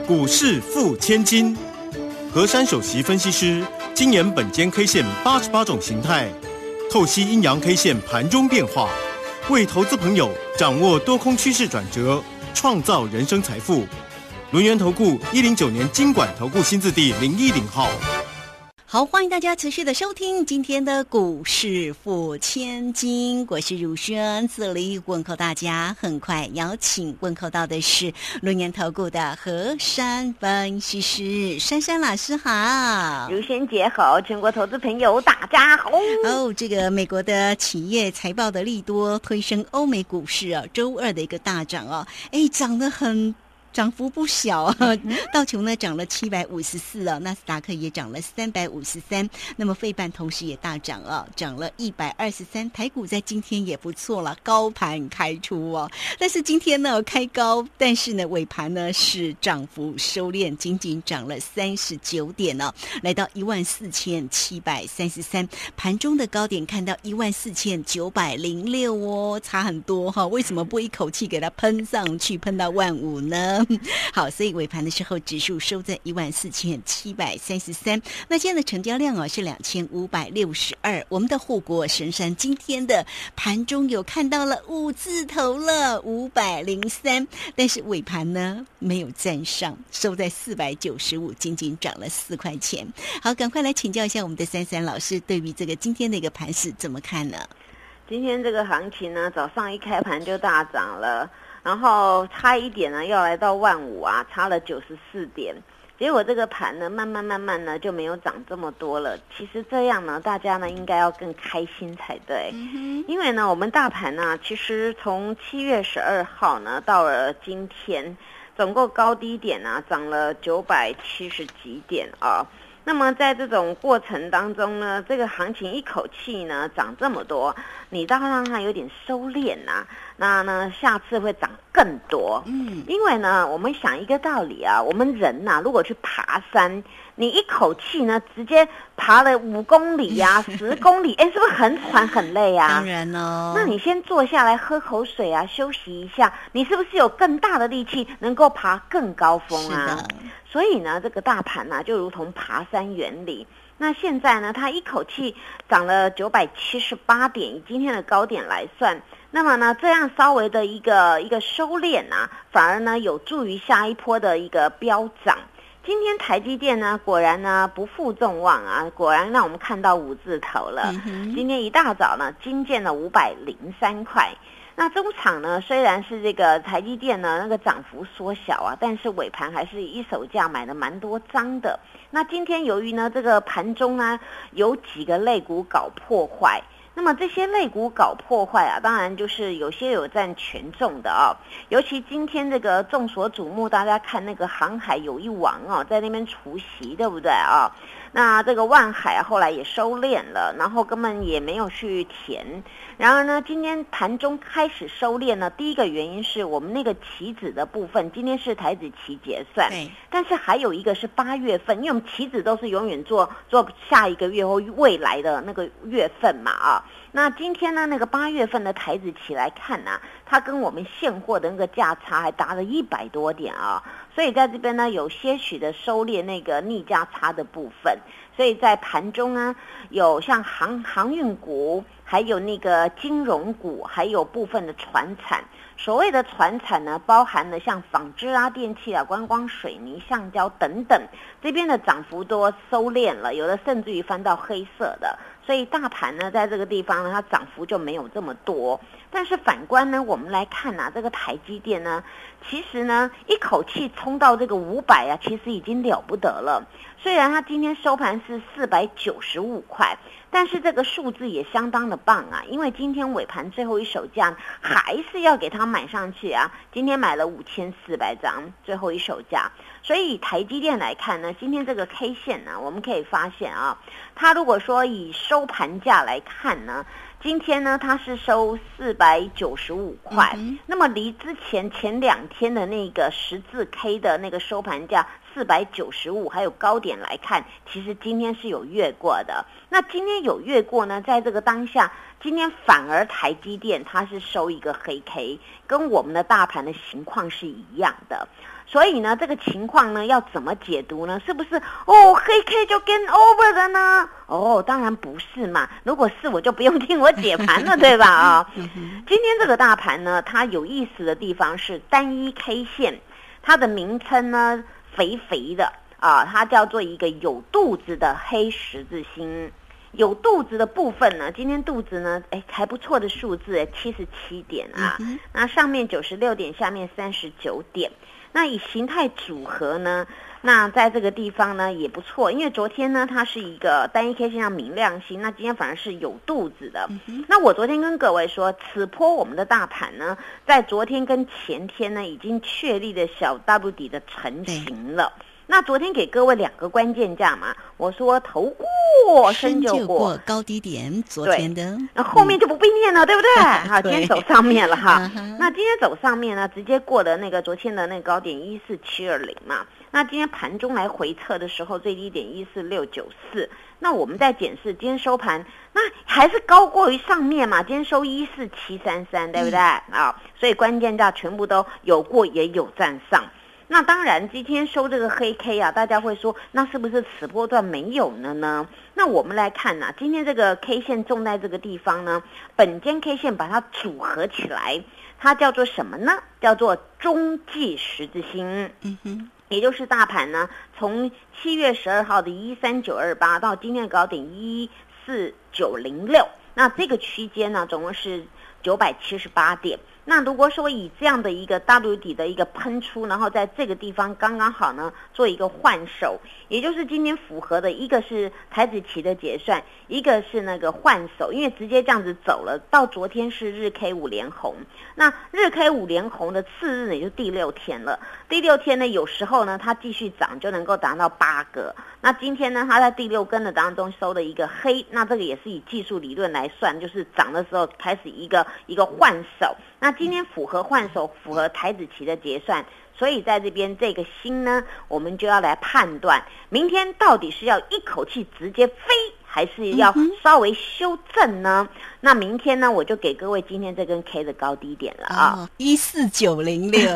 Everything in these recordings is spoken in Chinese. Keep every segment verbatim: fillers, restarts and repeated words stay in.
股市富千金，和山首席分析师精研本间 K 线八十八种形态，透析阴阳 K 线盘中变化，为投资朋友掌握多空趋势转折，创造人生财富。轮源投顾一零九年金管投顾新字第零一零号。 好，欢迎大家持续的收听今天的股市富千金，我是如轩，这里问候大家。很快邀请问候到的是轮源投顾的和山分析师珊珊老师好。 如轩姐好，全国投资朋友大家好。 哦，这个美国的企业财报的利多推升欧美股市啊，周二的一个大涨哦，哎，涨得很涨幅不小啊，道琼呢涨了七百五十四啊，纳斯达克也涨了三百五十三，那么费半同时也大涨啊，涨了一百二十三，台股在今天也不错了，高盘开出哦，但是今天呢开高，但是呢尾盘呢是涨幅收敛，仅仅涨了三十九点呢、哦，来到一万四千七百三十三，盘中的高点看到一万四千九百零六哦，差很多哈、哦，为什么不一口气给它喷上去，喷到万五呢？好，所以尾盘的时候指数收在一万四千七百三十三，那今天的成交量啊是两千五百六十二。我们的护国神山今天的盘中有看到了五字头了，五百零三，但是尾盘呢没有站上，收在四百九十五，仅仅涨了四块钱。好，赶快来请教一下我们的珊珊老师，对于这个今天的一个盘势怎么看呢？ 今天这个行情呢，早上一开盘就大涨了。然后差一点呢，要来到万五啊，差了九十四点。结果这个盘呢，慢慢慢慢呢就没有涨这么多了。其实这样呢，大家呢应该要更开心才对。嗯、因为呢，我们大盘呢，其实从七月十二号呢到了今天，总共高低点呢涨了九百七十几点啊。那么在这种过程当中呢，这个行情一口气呢涨这么多，你倒让它有点收敛啊，那呢下次会涨更多。嗯，因为呢我们想一个道理啊，我们人呐、啊、如果去爬山，你一口气呢直接爬了五公里呀、啊、十公里，哎，是不是很喘很累啊？ 当然哦。 那你先坐下来喝口水啊，休息一下，你是不是有更大的力气能够爬更高峰啊？是的。所以呢，这个大盘呢、啊，就如同爬山原理。那现在呢，它一口气涨了九百七十八点，以今天的高点来算，那么呢，这样稍微的一个一个收敛啊，反而呢有助于下一波的一个飙涨。今天台积电呢，果然呢不负众望啊，果然让我们看到五字头了。嗯、今天一大早呢，金见了五百零三块。那中场呢，虽然是这个台积电呢那个涨幅缩小啊，但是尾盘还是一手价买的蛮多张的。那今天由于呢这个盘中呢有几个类股搞破坏，那么这些类股搞破坏啊，当然就是有些有占权重的啊、哦，尤其今天这个众所瞩目，大家看那个航海有一王哦，在那边除息，对不对啊、哦？那这个万海后来也收敛了，然后根本也没有去填。然而呢，今天盘中开始收敛呢，第一个原因是我们那个期指的部分，今天是台指期结算，但是还有一个是八月份，因为我们期指都是永远做做下一个月或未来的那个月份嘛啊。那今天呢，那个八月份的台指期来看呢、啊，它跟我们现货的那个价差还达了一百多点啊，所以在这边呢有些许的收敛那个逆价差的部分，所以在盘中呢有像航航运股，还有那个金融股，还有部分的传产。所谓的传产呢，包含了像纺织啊、电器啊、观光、水泥、橡胶等等，这边的涨幅都收敛了，有的甚至于翻到黑色的。所以大盘呢，在这个地方呢，它涨幅就没有这么多。但是反观呢，我们来看啊，这个台积电呢，其实呢，一口气冲到这个五百啊，其实已经了不得了。虽然它今天收盘是四百九十五块，但是这个数字也相当的棒啊，因为今天尾盘最后一手价还是要给它买上去啊，今天买了五千四百张，最后一手价。所以以台积电来看呢，今天这个 K 线呢，我们可以发现啊，它如果说以收盘价来看呢，今天呢它是收四百九十五块，嗯、那么离之前前两天的那个十字 K 的那个收盘价四百九十五还有高点来看，其实今天是有越过的。那今天有越过呢，在这个当下，今天反而台积电它是收一个黑 K， 跟我们的大盘的情况是一样的。 所以呢，这个情况呢，要怎么解读呢？是不是哦，黑 K 就 game over 了呢？哦，当然不是嘛。如果是，我就不用听我解盘了，对吧？啊、哦，今天这个大盘呢，它有意思的地方是单一 K 线，它的名称呢，肥肥的啊，它叫做一个有肚子的黑十字星。有肚子的部分呢，今天肚子呢，哎，还不错的数字，七十七点啊，嗯、那上面九十六点，下面三十九点。那以形态组合呢，那在这个地方呢也不错，因为昨天呢它是一个单一 K 线上明亮星，那今天反而是有肚子的。嗯、那我昨天跟各位说，此波我们的大盘呢，在昨天跟前天呢已经确立的小 W 底的成型了。那昨天给各位两个关键价嘛，我说头过身就过， 身就过高低点，昨天的， 那后面就不必念了，嗯、对不对？好，今天走上面了哈。 嗯、 那今天走上面呢，直接过了那个昨天的那个高点一四七二零嘛。那今天盘中来回测的时候，最低点一四六九四。那我们在检视今天收盘，那还是高过于上面嘛？今天收一四七三三，对不对？啊、嗯，所以关键价全部都有过，也有站上。那当然今天收这个黑 K 啊，大家会说那是不是此波段没有了呢？那我们来看啊，今天这个 K 线种在这个地方呢，本间 K 线把它组合起来，它叫做什么呢？叫做中继十字星。嗯哼，也就是大盘呢，从七月十二号的一三九二八到今天的高点一四九零六，那这个区间呢，总共是九百七十八点。那如果说以这样的一个 W 底的一个喷出，然后在这个地方刚刚好呢，做一个换手，也就是今天符合的一个是台指期的结算，一个是那个换手，因为直接这样子走了，到昨天是日 K 五连红，那日 K 五连红的次日呢，也就第六天了。第六天呢，有时候呢它继续涨就能够达到八个，那今天呢它在第六根的当中收了一个黑，那这个也是以技术理论来算，就是涨的时候开始一个一个换手，那今天符合换手，符合台指期的结算，所以在这边这个星呢，我们就要来判断明天到底是要一口气直接飞，还是要稍微修正呢？嗯、那明天呢，我就给各位今天这根 K 的高低点了啊， 一四九零六，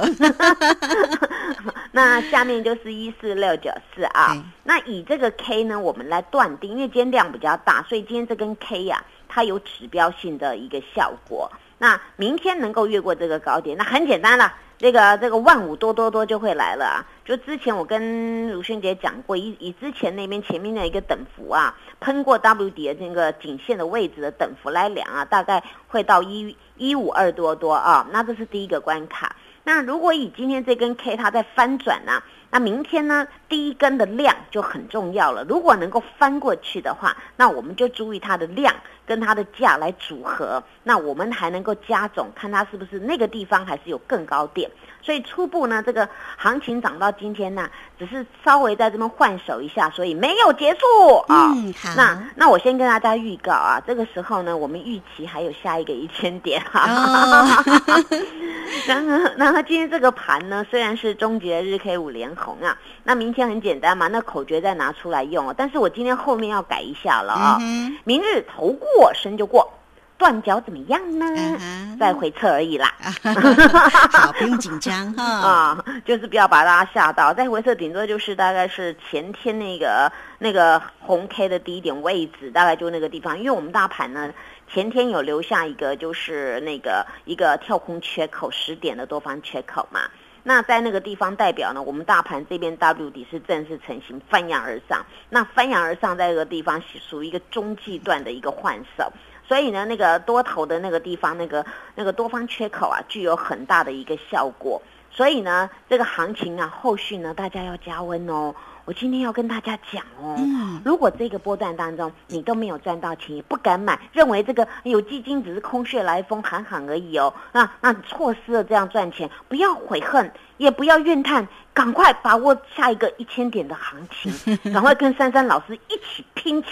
那下面就是一四六九四啊。那以这个 K 呢，我们来断定，因为今天量比较大，所以今天这根 K 呀、啊，它有指标性的一个效果。那明天能够越过这个高点，那很简单了，这个这个万五多多多就会来了啊！就之前我跟如萱姐讲过，以以之前那边前面的一个等幅啊，喷过 W 底的这个颈线的位置的等幅来量啊，大概会到一一五二多多啊，那这是第一个关卡。那如果以今天这根 K 它在翻转啊，那明天呢第一根的量就很重要了。如果能够翻过去的话，那我们就注意它的量跟它的价来组合，那我们还能够加总，看它是不是那个地方还是有更高点。所以初步呢，这个行情涨到今天呢，只是稍微在这边换手一下，所以没有结束啊、哦嗯。好， 那那我先跟大家预告啊，这个时候呢，我们预期还有下一个一千点哈。哦、然后，然后今天这个盘呢，虽然是终结日 K 五连红啊，那明天很简单嘛，那口诀再拿出来用哦。但是我今天后面要改一下了啊、哦嗯，明日头过身就过。断脚怎么样呢？ Uh-huh. 再回测而已啦。 好，不用紧张哈。 啊，就是不要把大家吓到。再回测顶多就是大概是前天那个那个红 K 的低点位置，大概就那个地方。因为我们大盘呢，前天有留下一个就是那个一个跳空缺口十点的多方缺口嘛。那在那个地方代表呢，我们大盘这边 W 底是正式成型，翻扬而上。那翻扬而上在这个地方属于一个中继段的一个换手。所以呢，那个多头的那个地方，那个那个多方缺口啊，具有很大的一个效果。所以呢，这个行情啊，后续呢，大家要加温哦。我今天要跟大家讲哦，嗯、如果这个波段当中你都没有赚到钱，也不敢买，认为这个有基金只是空穴来风，喊喊而已哦，那那错失了这样赚钱，不要悔恨，也不要怨叹，赶快把握下一个一千点的行情，赶快跟珊珊老师一起拼起来，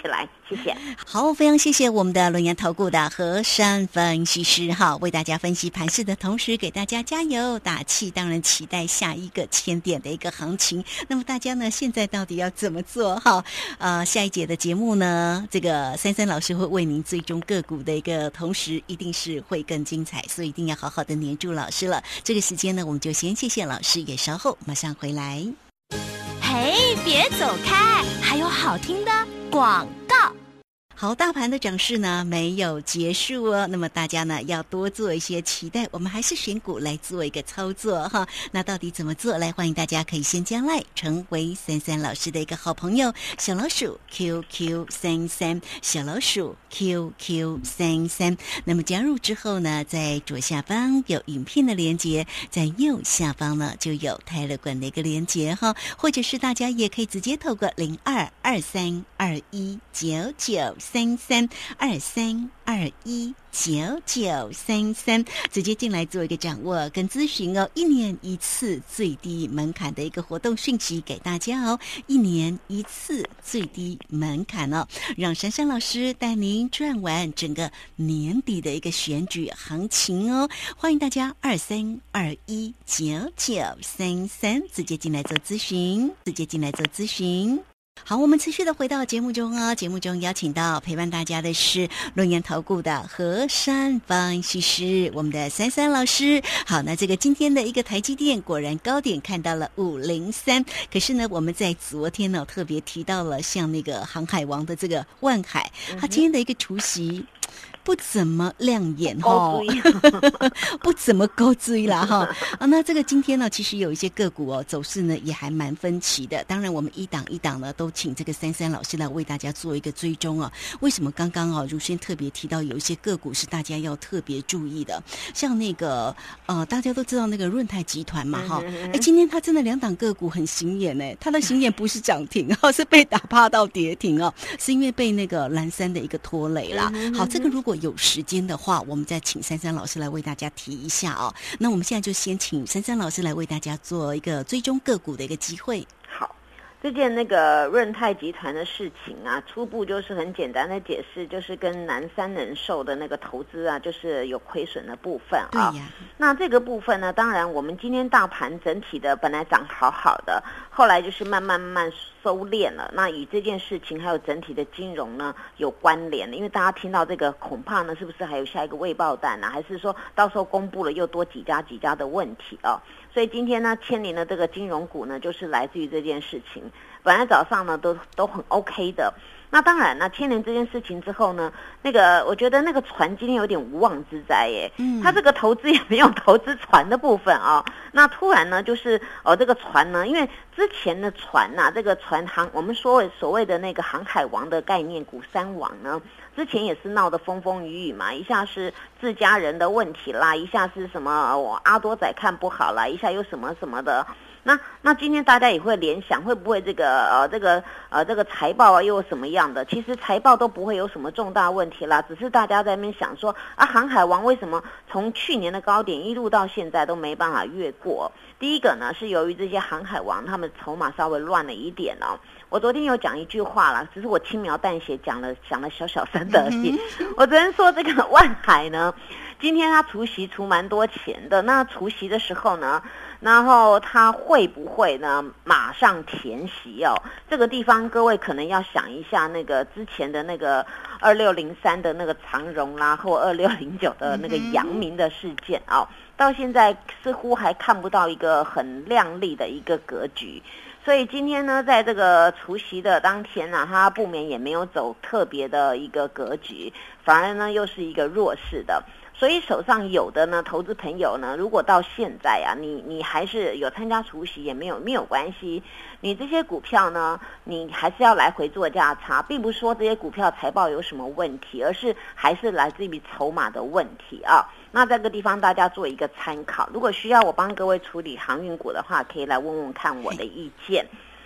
谢谢。 好，非常谢谢我们的轮研投顾的和珊分析师哈，为大家分析盘势的同时，给大家加油打气，当然期待下一个千点的一个行情。那么大家呢，现在到底要怎么做哈？呃，下一节的节目呢，这个珊珊老师会为您追踪个股的一个同时，一定是会更精彩，所以一定要好好的黏住老师了。这个时间呢，我们就先谢谢老师，也稍后马上回来。 嘿，别走开，还有好听的广告。 好，大盘的涨势呢没有结束哦，那么大家呢要多做一些期待，我们还是选股来做一个操作哈。那到底怎么做？来，欢迎大家可以先加赖成为珊珊老师的一个好朋友，小老鼠 Q Q 三三，小老鼠 Q Q 三三。那么加入之后呢，在左下方有影片的连结，在右下方呢就有泰勒管的一个连结哈，或者是大家也可以直接透过零二二三二一九九三三二三二一九九三三，直接进来做一个掌握跟咨询哦。一年一次最低门槛的一个活动讯息给大家哦，一年一次最低门槛哦，让珊珊老师带您赚完整个年底的一个选举行情哦。欢迎大家二三二一九九三三直接进来做咨询，直接进来做咨询。好，我们持续的回到节目中啊，节目中邀请到陪伴大家的是轮研投顾的和珊分析师，我们的珊珊老师。好，那这个今天的一个台积电果然高点看到了五零三，可是呢，我们在昨天呢特别提到了像那个航海王的这个万海，他今天的一个除息不怎么亮眼哈，不怎么高追啦哈啊。那这个今天呢，其实有一些个股哦，走势呢也还蛮分歧的。当然，我们一档一档呢都请这个珊珊老师来为大家做一个追踪啊。为什么刚刚啊，如轩特别提到有一些个股是大家要特别注意的，像那个呃，大家都知道那个润泰集团嘛哈，哎，今天它真的两档个股很显眼哎，它的显眼不是涨停哦，是被打趴到跌停哦，是因为被那个蓝山的一个拖累啦。好，这个如果有时间的话，我们再请珊珊老师来为大家提一下哦。那我们现在就先请珊珊老师来为大家做一个追踪个股的一个机会。 好，这件那个润泰集团的事情啊，初步就是很简单的解释，就是跟南山人寿的那个投资啊，就是有亏损的部分啊。那这个部分呢，当然我们今天大盘整体的本来涨好好的，后来就是慢慢慢慢收敛了，那与这件事情还有整体的金融呢有关联的，因为大家听到这个恐怕呢是不是还有下一个未爆弹啊，还是说到时候公布了又多几家几家的问题哦。所以今天呢牵连的这个金融股呢就是来自于这件事情，本来早上呢都都很 OK 的。那当然，那牵连这件事情之后呢，那个我觉得那个船今天有点无妄之灾耶。嗯，他这个投资也没有投资船的部分啊、哦。那突然呢，就是哦这个船呢，因为之前的船呐、啊，这个船航我们说所谓的那个航海王的概念股三王呢，之前也是闹得风风雨雨嘛，一下是自家人的问题啦，一下是什么我、哦、阿多仔看不好啦，一下又什么什么的。那那今天大家也会联想，会不会这个呃这个呃这个财报啊又有什么样的？其实财报都不会有什么重大问题啦，只是大家在那边想说啊，航海王为什么从去年的高点一路到现在都没办法越过？第一个呢是由于这些航海王他们筹码稍微乱了一点哦。我昨天有讲一句话啦，只是我轻描淡写讲了讲了小小声的而已。我昨天说这个万海呢，今天他除息除蛮多钱的，那除息的时候呢，然后他会不会呢马上填息哦？这个地方各位可能要想一下，那个之前的那个二六零三的那个长荣啦，或二六零九的那个阳明的事件哦，到现在似乎还看不到一个很亮丽的一个格局。所以今天呢，在这个除息的当天呢，它不免也没有走特别的一个格局，反而呢又是一个弱势的。所以手上有的呢，投资朋友呢，如果到现在啊，你你还是有参加除息也没有没有关系，你这些股票呢，你还是要来回做价差，并不是说这些股票财报有什么问题，而是还是来自于筹码的问题啊。那这个地方大家做一个参考，如果需要我帮各位处理航运股的话，可以来问问看我的意见。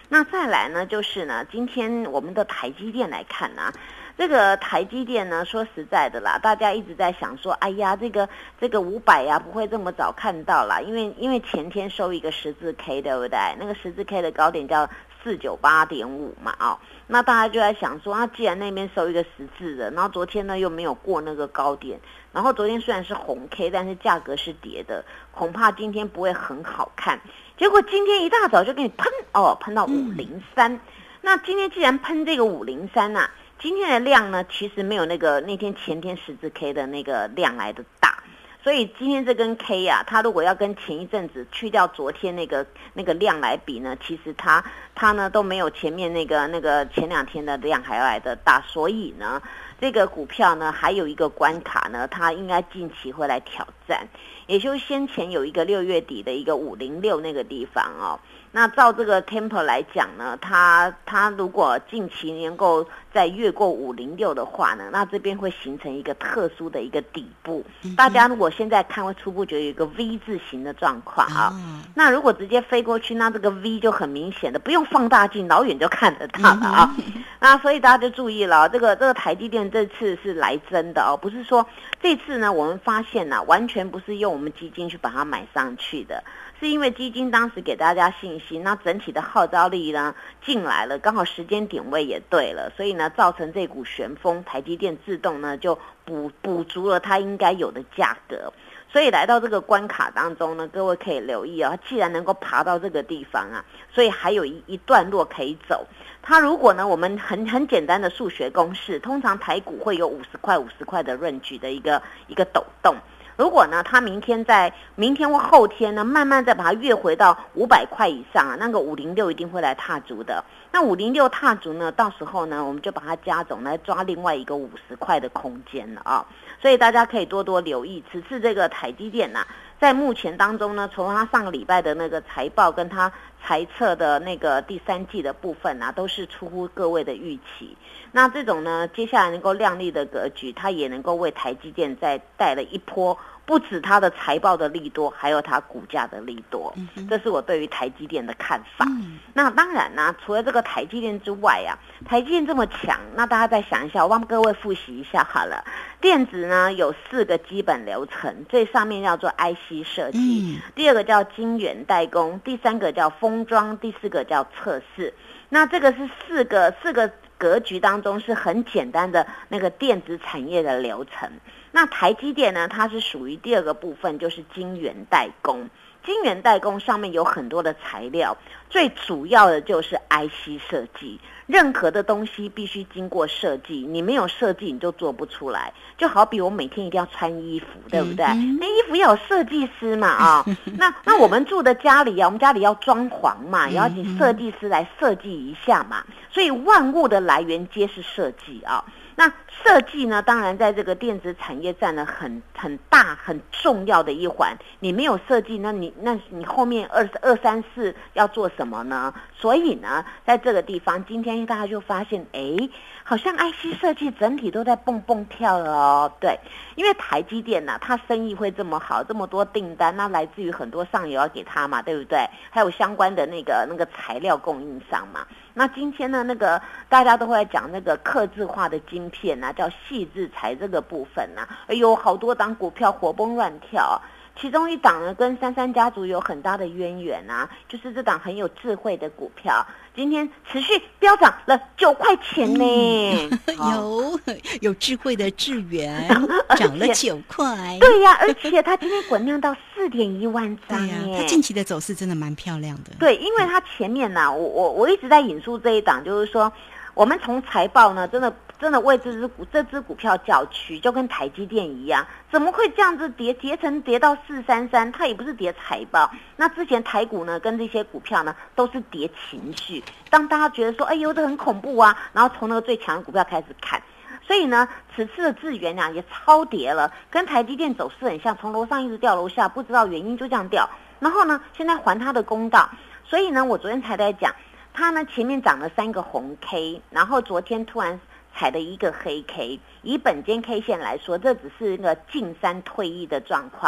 那再来呢，就是呢，今天我们的台积电来看呢、啊。这个台积电呢，说实在的啦，大家一直在想说，哎呀，这个这个五百呀，不会这么早看到啦，因为因为前天收一个十字 K， 对不对？那个十字 K 的高点叫四九八点五嘛，哦，那大家就在想说，啊，既然那边收一个十字的，然后昨天呢又没有过那个高点，然后昨天虽然是红 K， 但是价格是跌的，恐怕今天不会很好看。结果今天一大早就给你喷哦，喷到五零三。那今天既然喷这个五零三呐。今天的量呢，其实没有那个那天前天十字 K 的那个量来的大，所以今天这根 K 啊，它如果要跟前一阵子去掉昨天那个那个量来比呢，其实它它呢都没有前面那个那个前两天的量还要来的大，所以呢，这个股票呢还有一个关卡呢，它应该近期会来挑战，也就是先前有一个六月底的一个五零六那个地方哦。那照这个 tempo 来讲呢，它它如果近期能够再越过五零六的话呢，那这边会形成一个特殊的一个底部。嗯、大家如果现在看会初步觉得有一个 V 字形的状况啊、哦，那如果直接飞过去，那这个 V 就很明显的，不用放大镜，老远就看得到了啊、哦。那所以大家就注意了，这个这个台积电这次是来真的哦，不是说这次呢我们发现呢、啊，完全不是用我们基金去把它买上去的。是因为基金当时给大家信心，那整体的号召力呢进来了，刚好时间点位也对了，所以呢造成这股旋风，台积电自动呢就补补足了它应该有的价格，所以来到这个关卡当中呢，各位可以留意啊，既然能够爬到这个地方啊，所以还有一一段路可以走。它如果呢，我们很很简单的数学公式，通常台股会有五十块五十块的range的一个一个抖动。如果呢，它明天在明天或后天呢，慢慢再把它越回到五百块以上啊，那个五零六一定会来踏足的。那五零六踏足呢，到时候呢，我们就把它加总来抓另外一个五十块的空间了啊。所以大家可以多多留意。此次这个台积电呐、啊，在目前当中呢，从它上个礼拜的那个财报跟它财测的那个第三季的部分啊，都是出乎各位的预期。那这种呢，接下来能够亮丽的格局，它也能够为台积电再带了一波，不止它的财报的利多，还有它股价的利多。嗯、这是我对于台积电的看法。嗯、那当然呢、啊，除了这个台积电之外啊，台积电这么强，那大家再想一下，我帮各位复习一下好了。电子呢有四个基本流程，最上面叫做 I C 设计，嗯、第二个叫晶圆代工，第三个叫封装，第四个叫测试。那这个是四个四个格局当中是很简单的那个电子产业的流程。那台积电呢，它是属于第二个部分，就是晶圆代工。晶圆代工上面有很多的材料，最主要的就是 I C 设计。任何的东西必须经过设计，你没有设计你就做不出来。就好比我每天一定要穿衣服，对不对？嗯、那衣服要有设计师嘛啊、哦。那那我们住的家里啊，我们家里要装潢嘛，也要请设计师来设计一下嘛。所以万物的来源皆是设计啊。那设计呢，当然在这个电子产业占了很很大很重要的一环。你没有设计，那你那你后面二二三四要做什么呢？所以呢，在这个地方，今天大家就发现，哎，好像 I C 设计整体都在蹦蹦跳了哦。对，因为台积电呢、啊，它生意会这么好，这么多订单，那来自于很多上游要给它嘛，对不对？还有相关的那个那个材料供应商嘛。那今天呢，那个大家都会讲那个客制化的晶片啊，叫细制材这个部分啊，哎呦，好多档股票活蹦乱跳。其中一档呢，跟三三家族有很大的渊源啊，就是这档很有智慧的股票，今天持续飙涨了九块钱呢、 嗯哦。有有智慧的智源涨了九块， 对呀、啊，而且它今天滚量到四点一万张耶， 它近期的走势真的蛮漂亮的。 对，因为它前面呢、啊，我我我一直在引述这一档，就是说，我们从财报呢，真的。真的为这只股这只股票叫屈，就跟台积电一样，怎么会这样子跌跌成跌到四三三？它也不是跌财报。那之前台股呢，跟这些股票呢，都是跌情绪。当大家觉得说，哎呦，这很恐怖啊，然后从那个最强的股票开始看。所以呢，此次的智原啊也超跌了，跟台积电走势很像，从楼上一直掉楼下，不知道原因就这样掉。然后呢，现在还它的公道。所以呢，我昨天才在讲，它呢前面涨了三个红 K， 然后昨天突然踩的一个黑 K， 以本间 K 线来说，这只是那个进三退一的状况，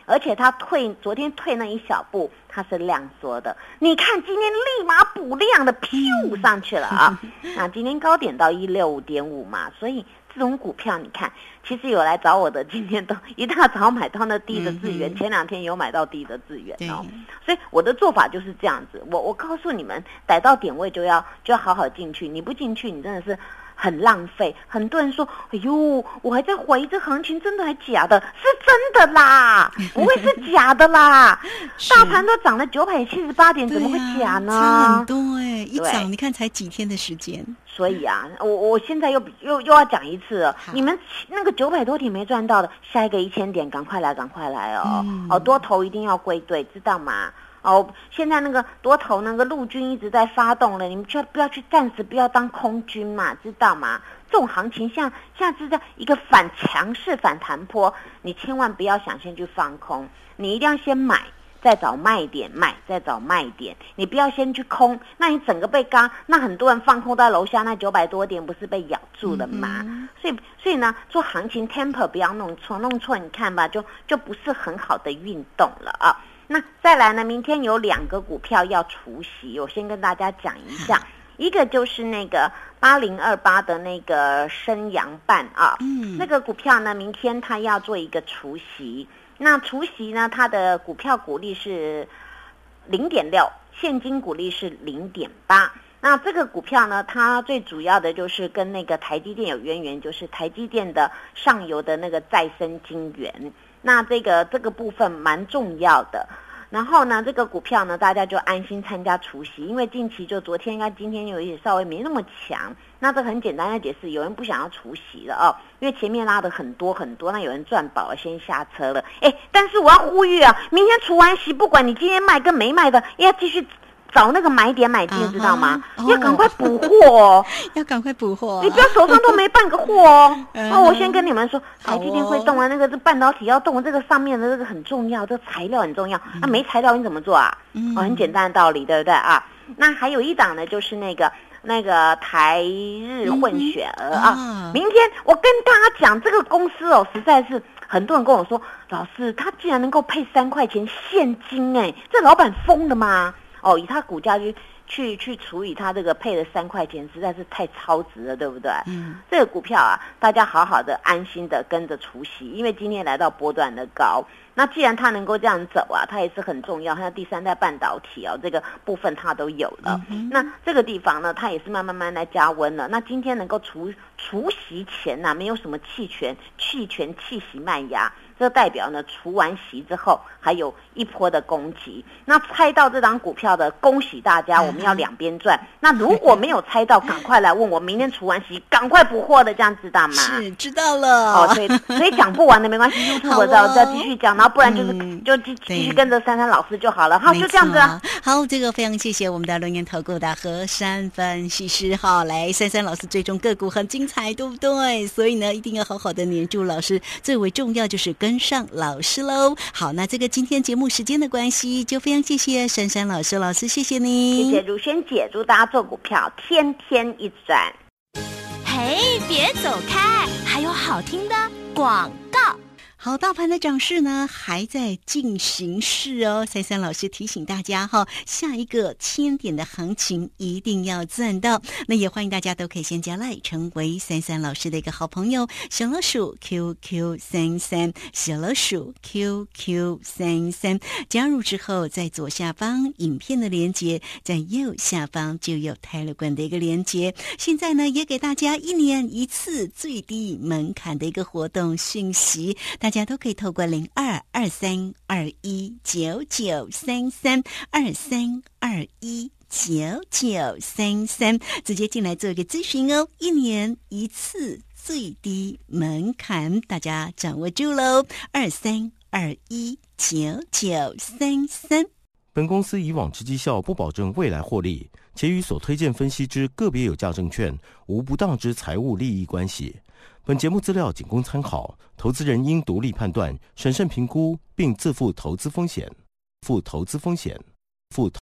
而且它退昨天退那一小步，它是量缩的。你看今天立马补量的，噗上去了啊！那今天高点到一六五点五嘛，所以这种股票你看，其实有来找我的，今天都一大早买到那低的资源，嗯、前两天有买到低的资源哦。所以我的做法就是这样子，我我告诉你们，逮到点位就要就要好好进去，你不进去，你真的是很浪费。很多人说，哎呦，我还在怀疑这行情真的还假的，是真的啦，不会是假的啦。大盘都涨了九百七十八点，怎么会假呢？ 差很多哎、欸，一涨你看才几天的时间。 所以啊，我我现在又又又要讲一次了，你们那个九百多点没赚到的，下一个一千点赶快来，赶快来哦！嗯、哦，多头一定要归队，知道吗？哦，现在那个多头那个陆军一直在发动了，你们就不要去，暂时不要当空军嘛，知道吗？这种行情像像是在一个反强势反弹波，你千万不要想先去放空，你一定要先买。再找卖点买，再找卖点，你不要先去空，那你整个被嘎，那很多人放空在楼下，那九百多点不是被咬住了吗？嗯、所以所以呢，做行情 temper 不要弄错，弄错你看吧，就就不是很好的运动了啊。那再来呢，明天有两个股票要除息，我先跟大家讲一下，一个就是那个八零二八的那个升阳半啊，嗯，那个股票呢，明天它要做一个除息。那除息呢，它的股票股利是 零点六， 现金股利是 零点八。那这个股票呢，它最主要的就是跟那个台积电有渊源，就是台积电的上游的那个再生晶圆。那这个这个部分蛮重要的。然后呢，这个股票呢，大家就安心参加除息，因为近期就昨天跟今天有一点稍微没那么强。那这很简单的解释，有人不想要除息了哦，因为前面拉的很多很多，那有人赚饱了先下车了。哎，但是我要呼吁啊，明天除完息，不管你今天卖跟没卖的，要继续找那个买点买进， uh-huh, 知道吗？哦、要赶快补货哦， 要赶快补货、啊， 你不要手上都没半个货哦。uh-huh, 哦，我先跟你们说，台积电会动啊，那个是半导体要动，这个上面的这个很重要，这个材料很重要。那、嗯啊、没材料你怎么做啊？嗯、哦，很简单的道理，对不对啊？那还有一档呢，就是那个那个台日混血儿、嗯、啊。明天我跟大家讲，这个公司哦，实在是很多人跟我说，老师他竟然能够配三块钱现金，哎，这老板疯了吗？哦，以他股价去去去除以他这个配的三块钱，实在是太超值了，对不对？嗯，这个股票啊，大家好好的安心的跟着除息，因为今天来到波段的高。那既然它能够这样走啊，它也是很重要，它的第三代半导体哦，这个部分它都有了。嗯、那这个地方呢，它也是慢慢慢来加温了。那今天能够除除息前呐、啊，没有什么弃权、弃权、弃息卖压。这代表呢，除完息之后还有一波的攻击。那猜到这档股票的，恭喜大家，我们要两边赚。那如果没有猜到，赶快来问我，明天除完息，赶快补货的，这样知道吗？ 是，知道了。 哦，所以所以讲不完的没关系 ，YouTube 我再再继续讲，然后不然就是、嗯、就继继续跟着珊珊老师就好了。好，就这样子啊。 好，这个非常谢谢我们的轮研投顾的和珊分析师。好，来珊珊老师追踪个股很精彩，对不对？所以呢，一定要好好的黏住老师，最为重要就是跟上老师喽。好，那这个今天节目时间的关系，就非常谢谢珊珊老师，老师谢谢你， 谢谢如萱姐，祝大家做股票天天一赚。 嘿，别走开，还有好听的广告。 好，大盘的涨势呢还在进行式哦。珊珊老师提醒大家哈、哦，下一个千点的行情一定要赚到。那也欢迎大家都可以先加赖，成为珊珊老师的一个好朋友。小老鼠 Q Q 三三，小老鼠 Q Q 三三，加入之后，在左下方影片的连结，在右下方就有Telegram的一个连结。现在呢，也给大家一年一次最低门槛的一个活动讯息。大家都可以透过零二二三二一九九三三二三二一九九三三直接进来做一个咨询哦，一年一次最低门槛，大家掌握住喽，二三二一九九三三。 本公司以往之绩效不保证未来获利，且与所推荐分析之个别有价证券无不当之财务利益关系。本节目资料仅供参考，投资人应独立判断、审慎评估，并自负投资风险。负投资风险。负